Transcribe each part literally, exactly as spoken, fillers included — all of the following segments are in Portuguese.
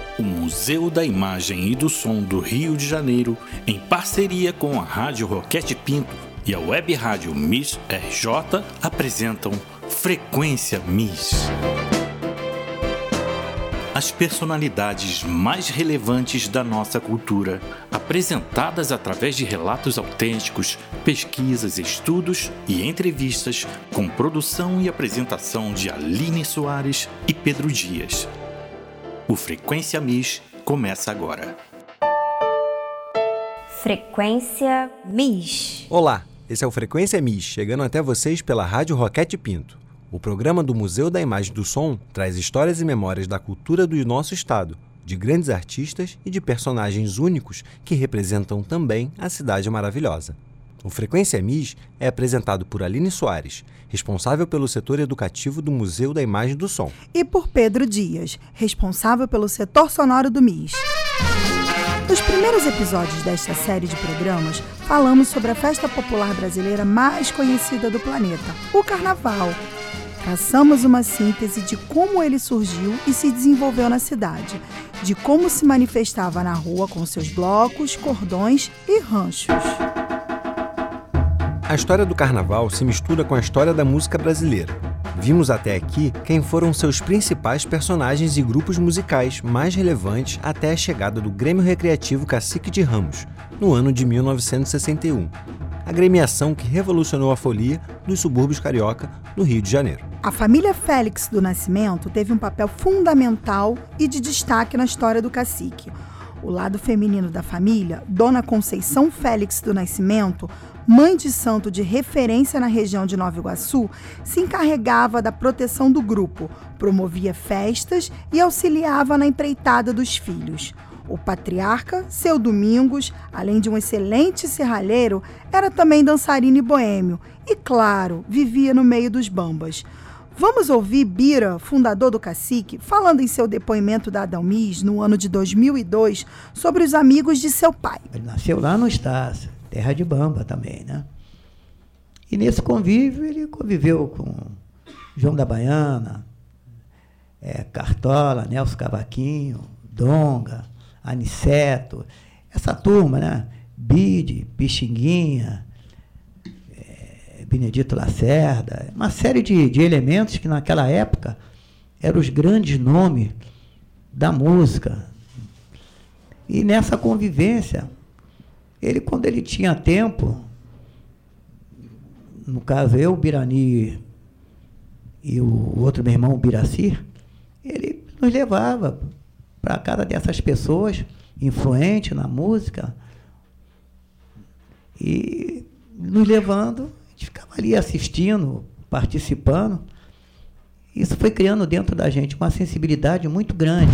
o Museu da Imagem e do Som do Rio de Janeiro, em parceria com a Rádio Roquete Pinto e a Web Rádio Miss R J, apresentam Frequência Miss. As personalidades mais relevantes da nossa cultura, apresentadas através de relatos autênticos, pesquisas, estudos e entrevistas, com produção e apresentação de Aline Soares e Pedro Dias. O Frequência Miss começa agora. Frequência Miss. Olá, esse é o Frequência Miss, chegando até vocês pela Rádio Roquete Pinto. O programa do Museu da Imagem e do Som traz histórias e memórias da cultura do nosso estado, de grandes artistas e de personagens únicos que representam também a cidade maravilhosa. O Frequência Miss é apresentado por Aline Soares, responsável pelo setor educativo do Museu da Imagem e do Som. E por Pedro Dias, responsável pelo setor sonoro do Miss. Nos primeiros episódios desta série de programas, falamos sobre a festa popular brasileira mais conhecida do planeta, o Carnaval. Traçamos uma síntese de como ele surgiu e se desenvolveu na cidade, de como se manifestava na rua com seus blocos, cordões e ranchos. A história do Carnaval se mistura com a história da música brasileira. Vimos até aqui quem foram seus principais personagens e grupos musicais mais relevantes até a chegada do Grêmio Recreativo Cacique de Ramos, no ano de mil novecentos e sessenta e um. A gremiação que revolucionou a folia dos subúrbios carioca do Rio de Janeiro. A família Félix do Nascimento teve um papel fundamental e de destaque na história do cacique. O lado feminino da família, Dona Conceição Félix do Nascimento, mãe de santo de referência na região de Nova Iguaçu, se encarregava da proteção do grupo, promovia festas e auxiliava na empreitada dos filhos. O patriarca, seu Domingos, além de um excelente serralheiro, era também dançarino e boêmio e, claro, vivia no meio dos bambas. Vamos ouvir Bira, fundador do Cacique, falando em seu depoimento da Adão Miss no ano de dois mil e dois sobre os amigos de seu pai. Ele nasceu lá no Estácio, terra de bamba também, né? E nesse convívio ele conviveu com João da Baiana, é, Cartola, Nelson Cavaquinho, Donga, Aniceto, essa turma, né? Bide, Pixinguinha, é, Benedito Lacerda, uma série de, de elementos que naquela época eram os grandes nomes da música. E nessa convivência, ele, quando ele tinha tempo, no caso eu, o Birani e o outro meu irmão, o Biraci, ele nos levava para cada dessas pessoas influentes na música e nos levando, a gente ficava ali assistindo, participando. Isso foi criando dentro da gente uma sensibilidade muito grande.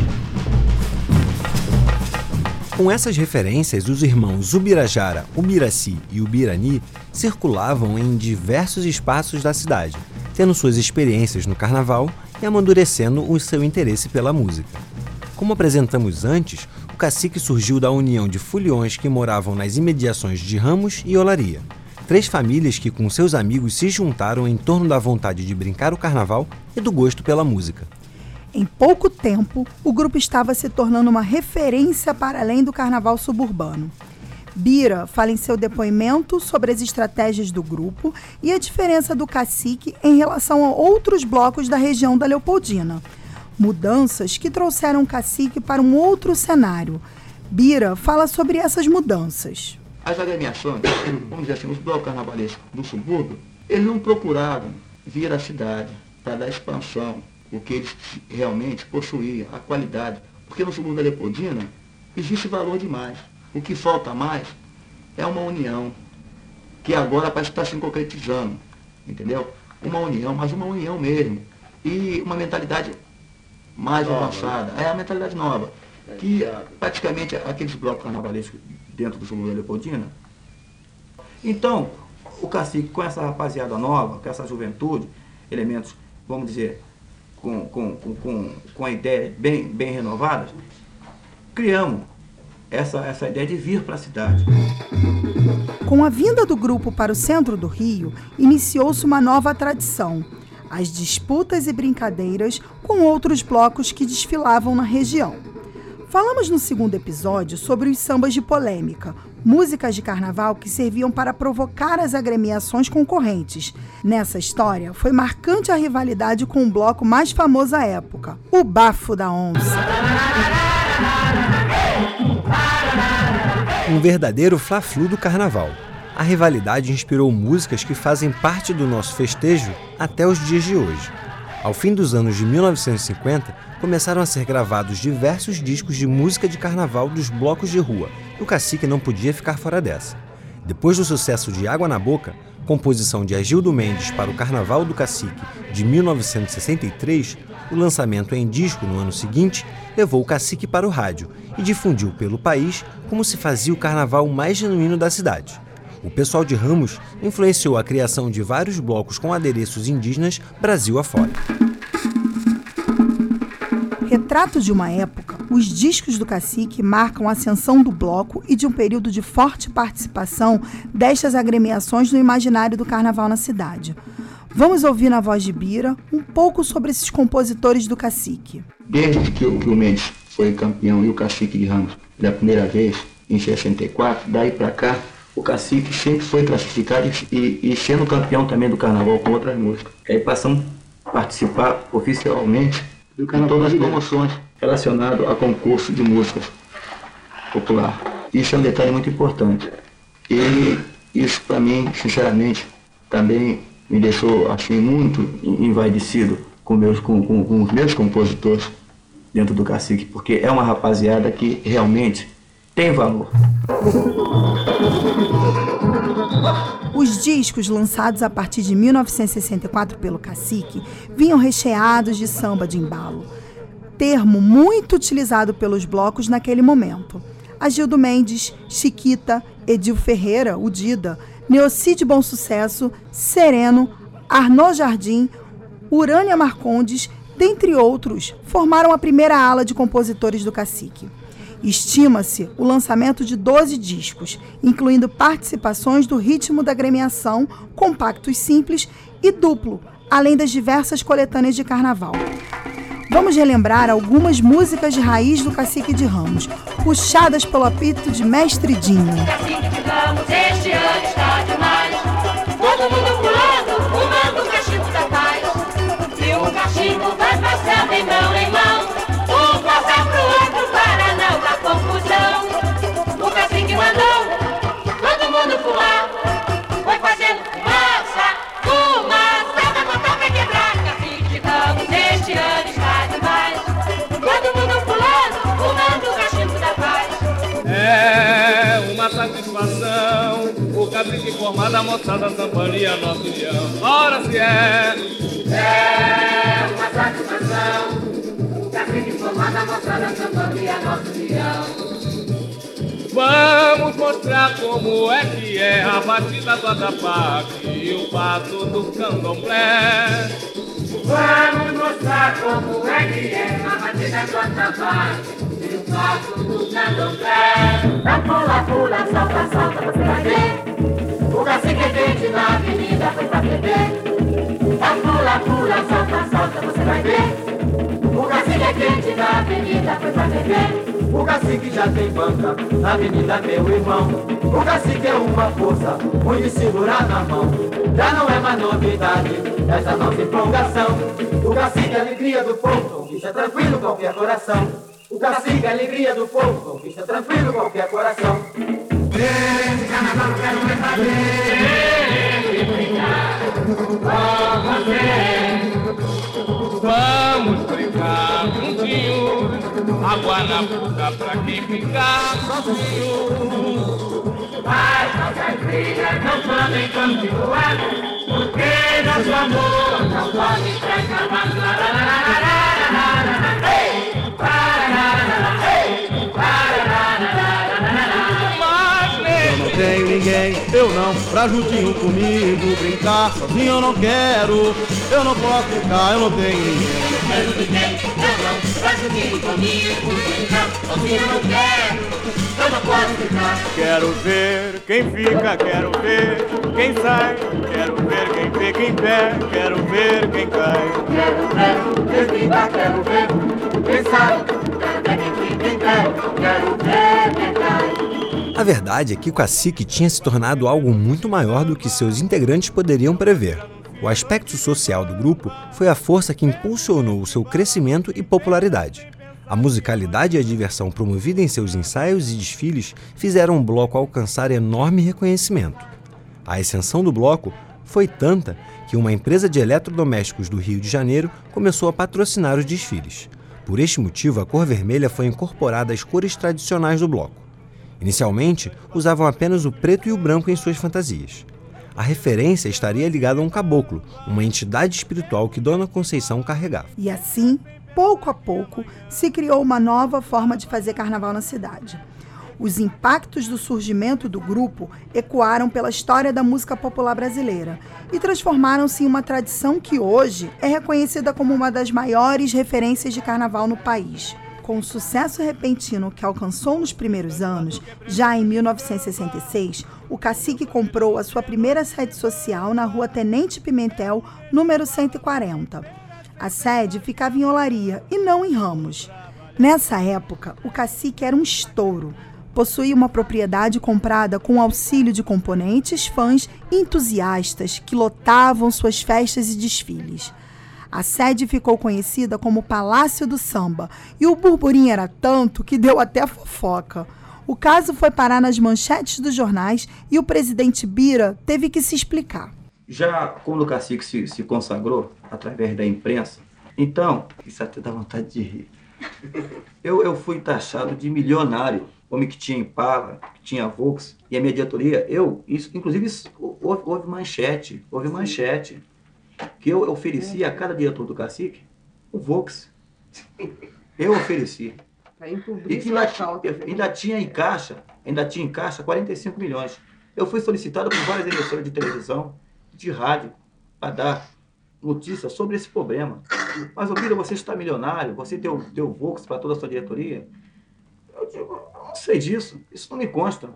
Com essas referências, os irmãos Ubirajara, Ubiraci e Ubirani circulavam em diversos espaços da cidade, tendo suas experiências no carnaval e amadurecendo o seu interesse pela música. Como apresentamos antes, o cacique surgiu da união de foliões que moravam nas imediações de Ramos e Olaria. Três famílias que com seus amigos se juntaram em torno da vontade de brincar o carnaval e do gosto pela música. Em pouco tempo, o grupo estava se tornando uma referência para além do carnaval suburbano. Bira fala em seu depoimento sobre as estratégias do grupo e a diferença do cacique em relação a outros blocos da região da Leopoldina. Mudanças que trouxeram o cacique para um outro cenário. Bira fala sobre essas mudanças. As agremiações, vamos dizer assim, os blocos carnavalescos do subúrbio, eles não procuravam vir à cidade para dar expansão, o que eles realmente possuíam, a qualidade. Porque no subúrbio da Leopoldina existe valor demais. O que falta mais é uma união, que agora parece que está se concretizando, entendeu? Uma união, mas uma união mesmo. E uma mentalidade mais nova, avançada. Né? É a mentalidade nova. Que praticamente aqueles blocos carnavalescos dentro do subúrbio da Leopoldina. Então, o cacique com essa rapaziada nova, com essa juventude, elementos, vamos dizer, com, com, com, com a ideia bem, bem renovadas, criamos essa, essa ideia de vir para a cidade. Com a vinda do grupo para o centro do Rio, iniciou-se uma nova tradição. As disputas e brincadeiras com outros blocos que desfilavam na região. Falamos no segundo episódio sobre os sambas de polêmica, músicas de carnaval que serviam para provocar as agremiações concorrentes. Nessa história, foi marcante a rivalidade com o bloco mais famoso à época, o Bafo da Onça. Um verdadeiro fla-flu do carnaval. A rivalidade inspirou músicas que fazem parte do nosso festejo até os dias de hoje. Ao fim dos anos de mil novecentos e cinquenta, começaram a ser gravados diversos discos de música de carnaval dos blocos de rua, e o Cacique não podia ficar fora dessa. Depois do sucesso de Água na Boca, composição de Agildo Mendes para o Carnaval do Cacique de mil novecentos e sessenta e três, o lançamento em disco no ano seguinte levou o Cacique para o rádio e difundiu pelo país como se fazia o carnaval mais genuíno da cidade. O pessoal de Ramos influenciou a criação de vários blocos com adereços indígenas Brasil afora. Retrato de uma época, os discos do Cacique marcam a ascensão do bloco e de um período de forte participação destas agremiações no imaginário do carnaval na cidade. Vamos ouvir na voz de Bira um pouco sobre esses compositores do Cacique. Desde que o, que o Mendes foi campeão e o Cacique de Ramos pela primeira vez, em sessenta e quatro, daí para cá, o Cacique sempre foi classificado e, e sendo campeão também do carnaval com outras músicas. Aí passamos a participar oficialmente do carnaval, todas as promoções relacionadas a concurso de músicas popular. Isso é um detalhe muito importante. E isso para mim, sinceramente, também me deixou assim muito envaidecido com, meus, com, com, com os meus compositores dentro do Cacique, porque é uma rapaziada que realmente tem valor. Os discos lançados a partir de mil novecentos e sessenta e quatro pelo Cacique vinham recheados de samba de embalo, termo muito utilizado pelos blocos naquele momento. Agildo Mendes, Chiquita, Edil Ferreira, o Dida, Neocide Bom Sucesso, Sereno, Arnaud Jardim, Urânia Marcondes, dentre outros, formaram a primeira ala de compositores do Cacique. Estima-se o lançamento de doze discos, incluindo participações do Ritmo da Agremiação, compactos simples e duplo, além das diversas coletâneas de carnaval. Vamos relembrar algumas músicas de raiz do Cacique de Ramos, puxadas pelo apito de Mestre Dinho. Cacique de Ramos, este ano está demais. Todo mundo pulando, fumando o cachimbo da paz. E o cachimbo vai passando em mão em mão. Um passa pro outro para não dar confusão. O Cacique mandou todo mundo pular. Foi fazendo fumaça, fumaça, pra botar pra quebrar. Cacique de Ramos, este ano está demais. Todo mundo pulando, fumando o cachimbo da paz. É uma satisfação o Cacique formar da moçada sambaria nossa união. Ora se é. É uma satisfação o Cacique formar da moçada sambaria nossa união. Vamos mostrar como é que é a batida do atabaque e o passo do candomblé. Vamos mostrar como é que é a batida do atabaque e o passo do candomblé. Vai pula, pula, salta, salta, você vai ver. O Cacique é verde na avenida, foi pra beber. Vai pula, pula, salta, salta, você vai ver. O Cacique é quente na avenida, foi pra beber. O Cacique já tem banca na avenida, meu irmão. O Cacique é uma força, ruim de segurar na mão. Já não é mais novidade essa nossa empolgação. O Cacique é a alegria do povo, conquista tranquilo qualquer coração. O Cacique é a alegria do povo, conquista tranquilo qualquer coração. Esse carnaval eu quero ver fazer. Brincar com você. Vamos brincar juntinho, água na boca pra quem ficar sozinho. Mas nossas brigas não podem continuar, porque nosso amor não pode transformar. Eu não tenho ninguém, eu não, pra juntinho comigo brincar. Sozinho eu não quero, eu não posso ficar, eu não tenho ninguém. Eu não ninguém, eu não, pra juntinho comigo brincar. Sozinho eu não quero, eu não posso ficar. Quero ver quem fica, quero ver quem sai. Quero ver quem fica em pé, quero ver quem cai. Quero ver quem fica, quero ver quem sai. Quero ver quem fica em pé, verdade é que o cacique tinha se tornado algo muito maior do que seus integrantes poderiam prever. O aspecto social do grupo foi a força que impulsionou o seu crescimento e popularidade. A musicalidade e a diversão promovida em seus ensaios e desfiles fizeram o bloco alcançar enorme reconhecimento. A ascensão do bloco foi tanta que uma empresa de eletrodomésticos do Rio de Janeiro começou a patrocinar os desfiles. Por este motivo, a cor vermelha foi incorporada às cores tradicionais do bloco. Inicialmente, usavam apenas o preto e o branco em suas fantasias. A referência estaria ligada a um caboclo, uma entidade espiritual que Dona Conceição carregava. E assim, pouco a pouco, se criou uma nova forma de fazer carnaval na cidade. Os impactos do surgimento do grupo ecoaram pela história da música popular brasileira e transformaram-se em uma tradição que hoje é reconhecida como uma das maiores referências de carnaval no país. Com o sucesso repentino que alcançou nos primeiros anos, já em mil novecentos e sessenta e seis, o cacique comprou a sua primeira sede social na rua Tenente Pimentel, número cento e quarenta. A sede ficava em Olaria e não em Ramos. Nessa época, o cacique era um estouro. Possuía uma propriedade comprada com auxílio de componentes, fãs e entusiastas que lotavam suas festas e desfiles. A sede ficou conhecida como Palácio do Samba e o burburinho era tanto que deu até fofoca. O caso foi parar nas manchetes dos jornais e o presidente Bira teve que se explicar. Já quando o cacique se, se consagrou através da imprensa, então, isso até dá vontade de rir, eu, eu fui taxado de milionário. Homem que tinha Impala, que tinha Vox, e a minha diretoria, eu, isso, inclusive isso, houve, houve manchete, houve manchete, que eu ofereci a cada diretor do cacique o Vox. Eu ofereci. E que ainda, ainda tinha em caixa, ainda tinha em caixa quarenta e cinco milhões. Eu fui solicitado por várias emissoras de televisão, de rádio, para dar notícias sobre esse problema. Mas, Obira, você está milionário, você deu, deu Vox para toda a sua diretoria? Eu digo, não sei disso, isso não me consta.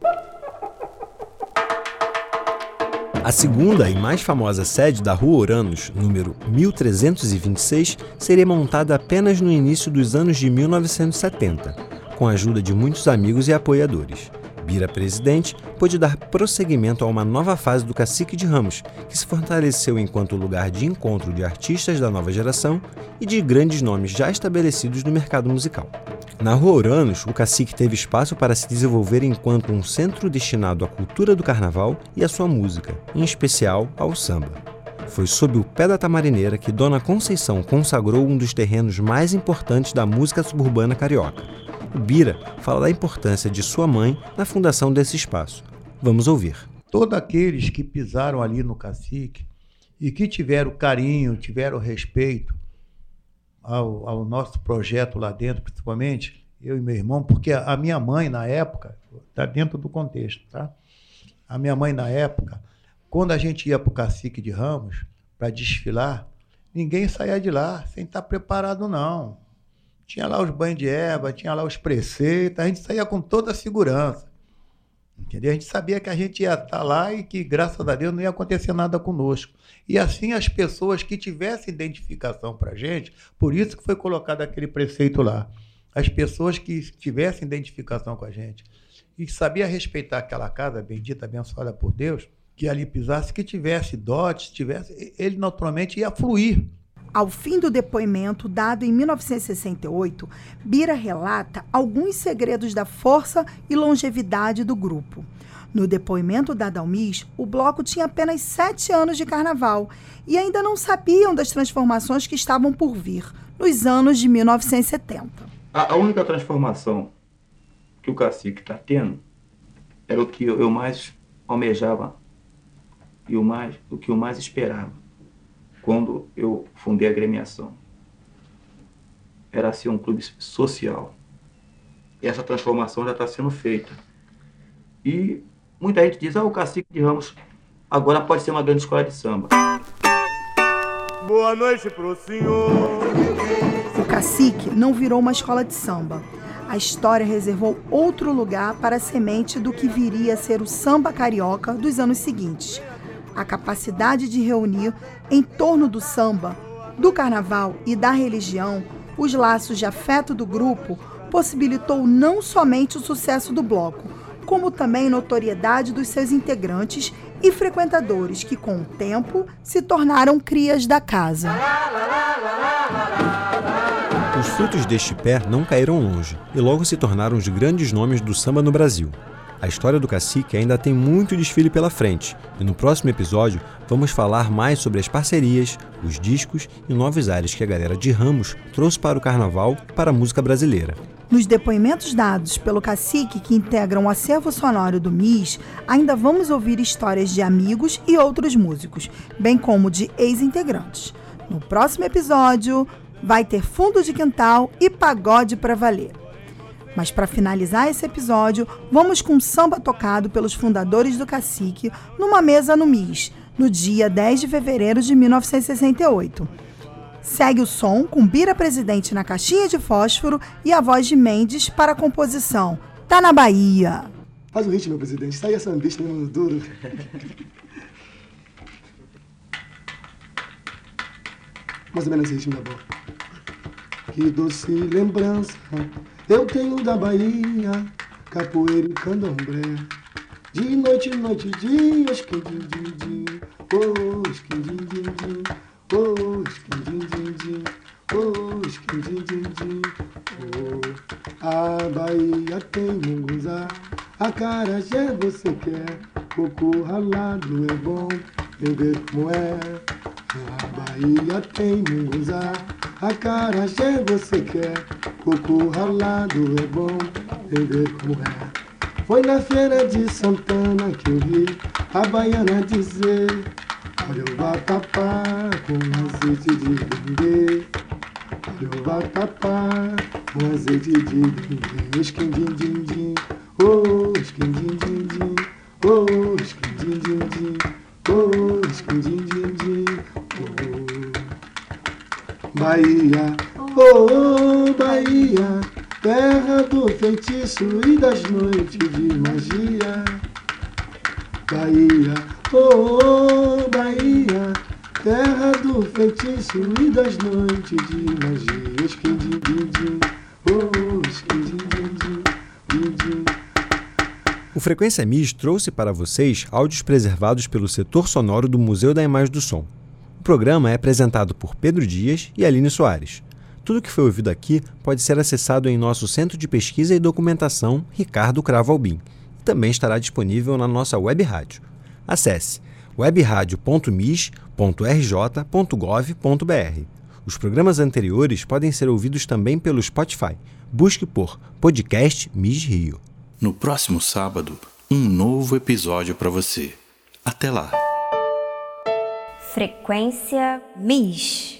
A segunda e mais famosa sede da Rua Uranus, número mil trezentos e vinte e seis, seria montada apenas no início dos anos de mil novecentos e setenta, com a ajuda de muitos amigos e apoiadores. Bira, presidente, pôde dar prosseguimento a uma nova fase do Cacique de Ramos, que se fortaleceu enquanto lugar de encontro de artistas da nova geração e de grandes nomes já estabelecidos no mercado musical. Na Rua Uranus, o cacique teve espaço para se desenvolver enquanto um centro destinado à cultura do carnaval e à sua música, em especial ao samba. Foi sob o pé da Tamarineira que Dona Conceição consagrou um dos terrenos mais importantes da música suburbana carioca. O Bira fala da importância de sua mãe na fundação desse espaço. Vamos ouvir. Todos aqueles que pisaram ali no cacique e que tiveram carinho, tiveram respeito ao, ao nosso projeto lá dentro, principalmente eu e meu irmão, porque a, a minha mãe, na época, está dentro do contexto, tá? A minha mãe, na época, quando a gente ia para o Cacique de Ramos para desfilar, ninguém saía de lá sem estar preparado, não. Tinha lá os banhos de erva, tinha lá os preceitos, a gente saía com toda a segurança. Entendeu? A gente sabia que a gente ia estar lá e que, graças a Deus, não ia acontecer nada conosco. E assim as pessoas que tivessem identificação para a gente, por isso que foi colocado aquele preceito lá, as pessoas que tivessem identificação com a gente e que sabia respeitar aquela casa bendita, abençoada por Deus, que ali pisasse, que tivesse dotes, tivesse, ele naturalmente ia fluir. Ao fim do depoimento dado em mil novecentos e sessenta e oito, Bira relata alguns segredos da força e longevidade do grupo. No depoimento da Dalmis, o bloco tinha apenas sete anos de carnaval e ainda não sabiam das transformações que estavam por vir nos anos de mil novecentos e setenta. A, a única transformação que o cacique está tendo era o que eu, eu mais almejava e o, mais, o que eu mais esperava quando eu fundei a agremiação. Era ser um clube social. E essa transformação já está sendo feita. E muita gente diz, ah, o Cacique de Ramos agora pode ser uma grande escola de samba. Boa noite pro senhor. O Cacique não virou uma escola de samba. A história reservou outro lugar para a semente do que viria a ser o samba carioca dos anos seguintes. A capacidade de reunir em torno do samba, do carnaval e da religião os laços de afeto do grupo possibilitou não somente o sucesso do bloco, como também notoriedade dos seus integrantes e frequentadores que, com o tempo, se tornaram crias da casa. Os frutos deste pé não caíram longe e logo se tornaram os grandes nomes do samba no Brasil. A história do Cacique ainda tem muito desfile pela frente e no próximo episódio vamos falar mais sobre as parcerias, os discos e novos ares que a galera de Ramos trouxe para o carnaval e para a música brasileira. Nos depoimentos dados pelo Cacique que integram o acervo sonoro do M I S, ainda vamos ouvir histórias de amigos e outros músicos, bem como de ex-integrantes. No próximo episódio vai ter fundo de quintal e pagode para valer. Mas para finalizar esse episódio, vamos com um samba tocado pelos fundadores do Cacique numa mesa no M I S, no dia dez de fevereiro de mil novecentos e sessenta e oito. Segue o som com Bira Presidente na caixinha de fósforo e a voz de Mendes para a composição Tá na Bahia. Faz o ritmo, meu presidente. Sai essa bicha mesmo duro. Mais ou menos esse ritmo da bola. Que doce lembrança eu tenho da Bahia, capoeira e candomblé. De noite, noite, dia, esquindim, din, din. Oh, esquindim, din, din. Oh, esquindim, din, din. Oh, esquindim, din, din. Oh, a Bahia tem munguzá, acarajé você quer, coco ralado é bom, vem ver como é. A Bahia tem munguzá, acarajé você quer, coco ralado é bom, vem ver como é. Foi na feira de Santana que eu vi a baiana dizer: olha o vatapá com azeite de dendê, olha o vatapá com azeite de dendê. Esquindim, din, din, oh, esquindim, din, din, oh, esquindim, din, din, oh, esquindim, din, din, oh. Bahia, oh, Bahia, terra do feitiço e das noites de magia. Bahia, oh, Bahia, terra do feitiço e das noites de magia. Esquindim, din, din, oh, esquindim, din, din, din, din. O Frequência M I S trouxe para vocês áudios preservados pelo setor sonoro do Museu da Imagem do Som. O programa é apresentado por Pedro Dias e Aline Soares. Tudo que foi ouvido aqui pode ser acessado em nosso Centro de Pesquisa e Documentação Ricardo Cravo Albim. Também estará disponível na nossa web rádio. Acesse web radio ponto mis ponto r j ponto gov ponto b r. Os programas anteriores podem ser ouvidos também pelo Spotify. Busque por Podcast M I S Rio. No próximo sábado, um novo episódio para você. Até lá! Frequência M I S.